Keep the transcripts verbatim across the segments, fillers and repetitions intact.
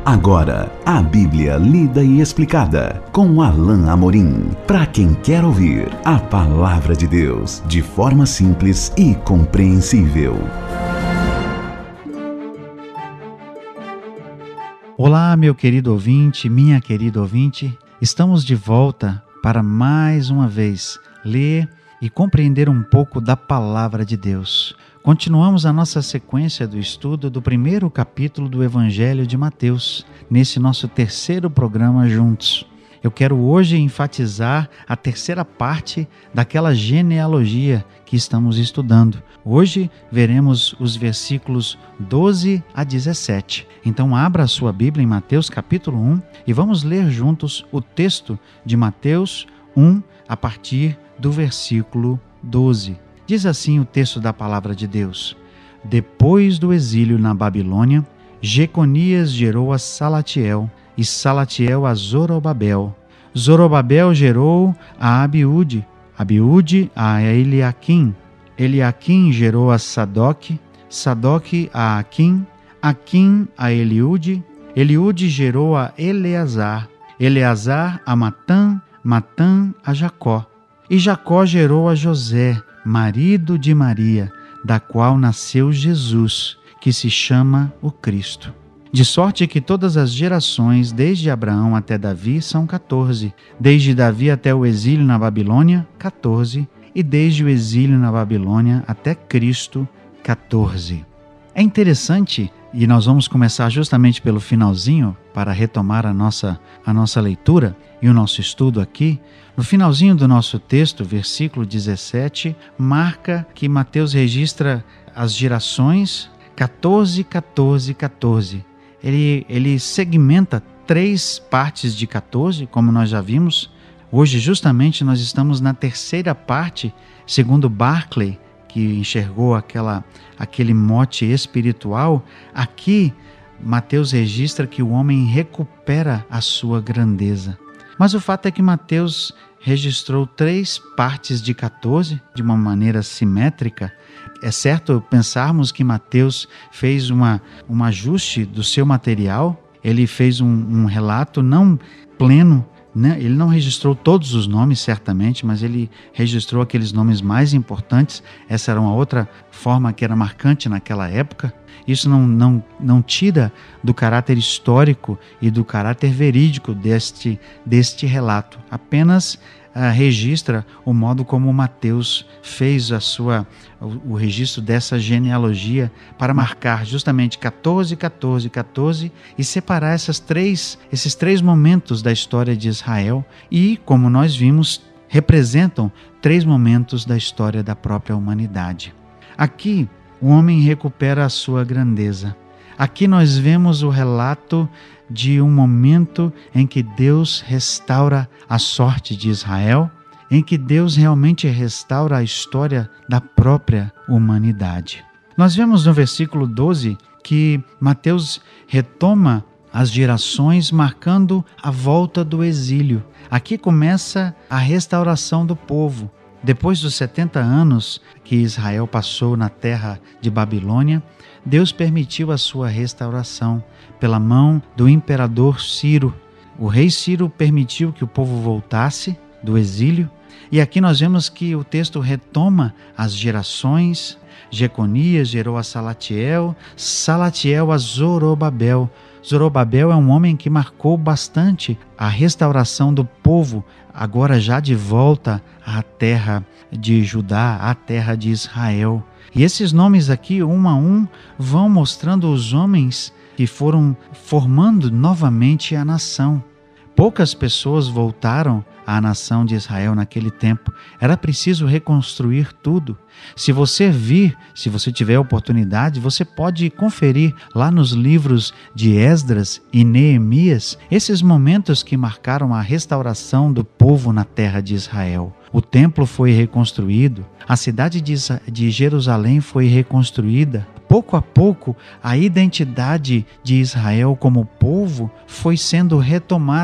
Agora, a Bíblia lida e explicada com Alain Amorim. Para quem quer ouvir a Palavra de Deus de forma simples e compreensível. Olá, meu querido ouvinte, minha querida ouvinte. Estamos de volta para mais uma vez ler e compreender um pouco da Palavra de Deus. Continuamos a nossa sequência do estudo do primeiro capítulo do Evangelho de Mateus, nesse nosso terceiro programa juntos. Eu quero hoje enfatizar a terceira parte daquela genealogia que estamos estudando. Hoje veremos os versículos doze a dezessete. Então abra a sua Bíblia em Mateus capítulo um e vamos ler juntos o texto de Mateus um a partir do versículo doze. Diz assim o texto da Palavra de Deus: Depois do exílio na Babilônia, Jeconias gerou a Salatiel, e Salatiel a Zorobabel. Zorobabel gerou a Abiúde, Abiúde a Eliaquim. Eliaquim gerou a Sadoque, Sadoque a Aquim, Aquim a Eliúde, Eliúde gerou a Eleazar, Eleazar a Matã, Matã a Jacó. E Jacó gerou a José, marido de Maria, da qual nasceu Jesus, que se chama o Cristo. De sorte que todas as gerações, desde Abraão até Davi, são quatorze, desde Davi até o exílio na Babilônia, quatorze, e desde o exílio na Babilônia até Cristo, quatorze. É interessante, e nós vamos começar justamente pelo finalzinho, para retomar a nossa, a nossa leitura e o nosso estudo aqui. No finalzinho do nosso texto, versículo dezessete, marca que Mateus registra as gerações quatorze, quatorze, quatorze. Ele, ele segmenta três partes de quatorze, como nós já vimos. Hoje, justamente, nós estamos na terceira parte, segundo Barclay, que enxergou aquela, aquele mote espiritual. Aqui, Mateus registra que o homem recupera a sua grandeza. Mas o fato é que Mateus registrou três partes de quatorze de uma maneira simétrica. É certo pensarmos que Mateus fez uma, um ajuste do seu material, ele fez um, um relato não pleno, né? Ele não registrou todos os nomes, certamente, mas ele registrou aqueles nomes mais importantes. Essa era uma outra forma que era marcante naquela época. Isso não, não, não tira do caráter histórico e do caráter verídico deste, deste relato. Apenas uh, registra o modo como Mateus fez a sua, o, o registro dessa genealogia para marcar justamente quatorze, quatorze, quatorze e separar essas três, esses três momentos da história de Israel e, como nós vimos, representam três momentos da história da própria humanidade. Aqui, o homem recupera a sua grandeza. Aqui nós vemos o relato de um momento em que Deus restaura a sorte de Israel, em que Deus realmente restaura a história da própria humanidade. Nós vemos no versículo doze que Mateus retoma as gerações marcando a volta do exílio. Aqui começa a restauração do povo. Depois dos setenta anos que Israel passou na terra de Babilônia, Deus permitiu a sua restauração pela mão do imperador Ciro. O rei Ciro permitiu que o povo voltasse do exílio. E aqui nós vemos que o texto retoma as gerações. Jeconias gerou a Salatiel, Salatiel a Zorobabel. Zorobabel é um homem que marcou bastante a restauração do povo, agora já de volta à terra de Judá, à terra de Israel. E esses nomes aqui, um a um, vão mostrando os homens que foram formando novamente a nação. Poucas pessoas voltaram à nação de Israel naquele tempo. Era preciso reconstruir tudo. Se você vir, se você tiver oportunidade, você pode conferir lá nos livros de Esdras e Neemias esses momentos que marcaram a restauração do povo na terra de Israel. O templo foi reconstruído, a cidade de Jerusalém foi reconstruída. Pouco a pouco, a identidade de Israel como povo foi sendo retomada.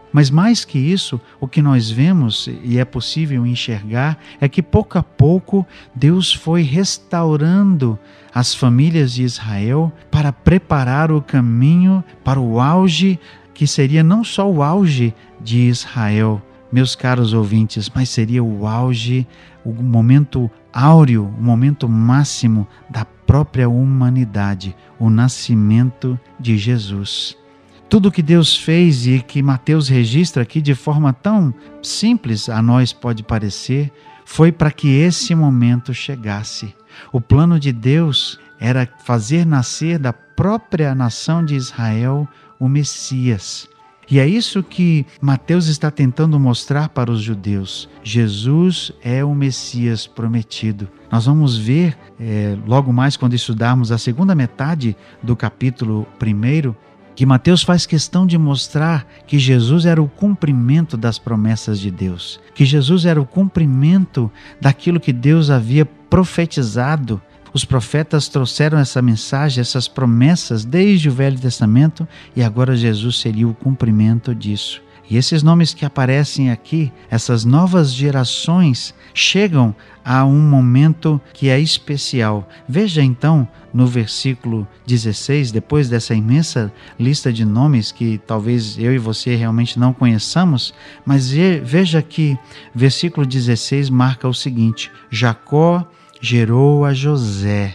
Mas mais que isso, o que nós vemos e é possível enxergar é que pouco a pouco Deus foi restaurando as famílias de Israel para preparar o caminho para o auge, que seria não só o auge de Israel, meus caros ouvintes, mas seria o auge, o momento áureo, o momento máximo da própria humanidade, o nascimento de Jesus. Tudo que Deus fez e que Mateus registra aqui de forma tão simples a nós pode parecer, foi para que esse momento chegasse. O plano de Deus era fazer nascer da própria nação de Israel o Messias. E é isso que Mateus está tentando mostrar para os judeus. Jesus é o Messias prometido. Nós vamos ver, é, logo mais quando estudarmos a segunda metade do capítulo primeiro, que Mateus faz questão de mostrar que Jesus era o cumprimento das promessas de Deus, que Jesus era o cumprimento daquilo que Deus havia profetizado. Os profetas trouxeram essa mensagem, essas promessas desde o Velho Testamento, e agora Jesus seria o cumprimento disso. E esses nomes que aparecem aqui, essas novas gerações, chegam a um momento que é especial. Veja então no versículo dezesseis, depois dessa imensa lista de nomes que talvez eu e você realmente não conheçamos, mas veja que versículo dezesseis marca o seguinte: Jacó gerou a José,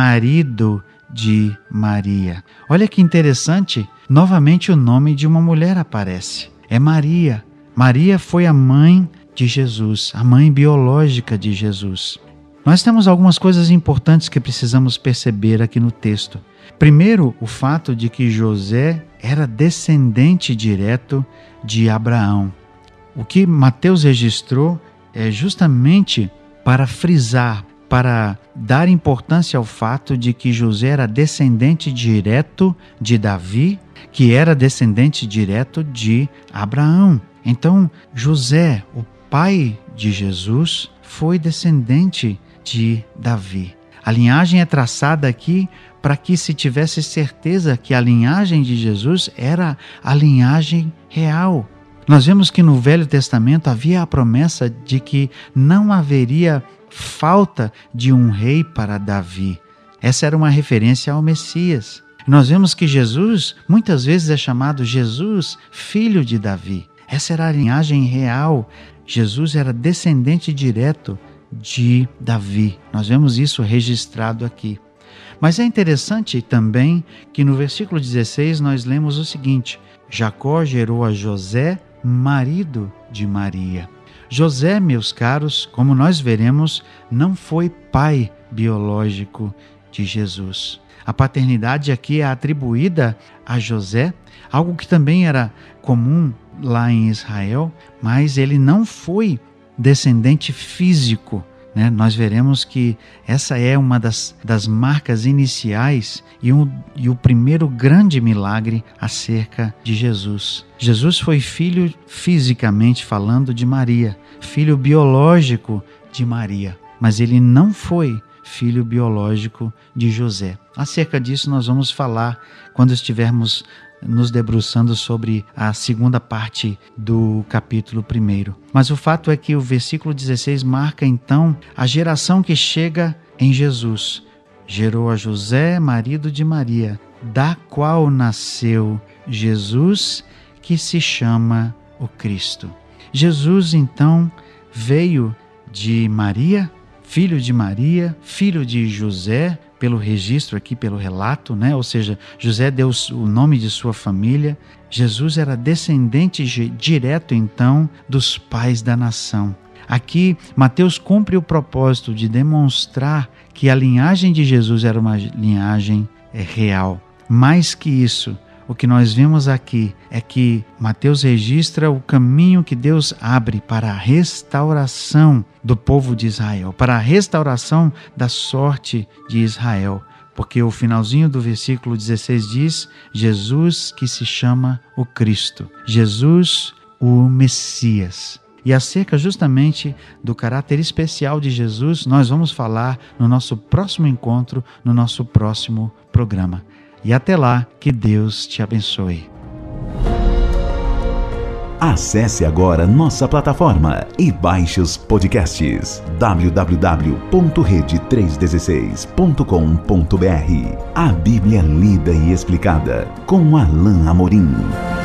marido de Maria. Olha que interessante, novamente o nome de uma mulher aparece. É Maria. Maria foi a mãe de Jesus, a mãe biológica de Jesus. Nós temos algumas coisas importantes que precisamos perceber aqui no texto. Primeiro, o fato de que José era descendente direto de Abraão. O que Mateus registrou é justamente para frisar, para dar importância ao fato de que José era descendente direto de Davi, que era descendente direto de Abraão. Então, José, o pai de Jesus, foi descendente de Davi. A linhagem é traçada aqui para que se tivesse certeza que a linhagem de Jesus era a linhagem real. Nós vemos que no Velho Testamento havia a promessa de que não haveria falta de um rei para Davi. Essa era uma referência ao Messias. Nós vemos que Jesus muitas vezes é chamado Jesus, filho de Davi. Essa era a linhagem real. Jesus era descendente direto de Davi. Nós vemos isso registrado aqui. Mas é interessante também que no versículo dezesseis nós lemos o seguinte: Jacó gerou a José, marido de Maria. José, meus caros, como nós veremos, não foi pai biológico de Jesus. A paternidade aqui é atribuída a José, algo que também era comum lá em Israel, mas ele não foi descendente físico, né? Nós veremos que essa é uma das, das marcas iniciais e, um, e o primeiro grande milagre acerca de Jesus. Jesus foi filho, fisicamente falando, de Maria, filho biológico de Maria, mas ele não foi filho biológico de José. Acerca disso nós vamos falar quando estivermos nos debruçando sobre a segunda parte do capítulo primeiro. Mas o fato é que o versículo dezesseis marca então a geração que chega em Jesus. Gerou a José, marido de Maria, da qual nasceu Jesus, que se chama o Cristo. Jesus então veio de Maria, filho de Maria, filho de José, pelo registro aqui, pelo relato, né? Ou seja, José deu o nome de sua família. Jesus era descendente direto, então, dos pais da nação. Aqui, Mateus cumpre o propósito de demonstrar que a linhagem de Jesus era uma linhagem real. Mais que isso, o que nós vemos aqui é que Mateus registra o caminho que Deus abre para a restauração do povo de Israel, para a restauração da sorte de Israel. Porque o finalzinho do versículo dezesseis diz: Jesus, que se chama o Cristo, Jesus, o Messias. E acerca justamente do caráter especial de Jesus, nós vamos falar no nosso próximo encontro, no nosso próximo programa. E até lá, que Deus te abençoe. Acesse agora nossa plataforma e baixe os podcasts w w w ponto rede trezentos e dezesseis ponto com ponto b r. A Bíblia lida e explicada com Alain Amorim.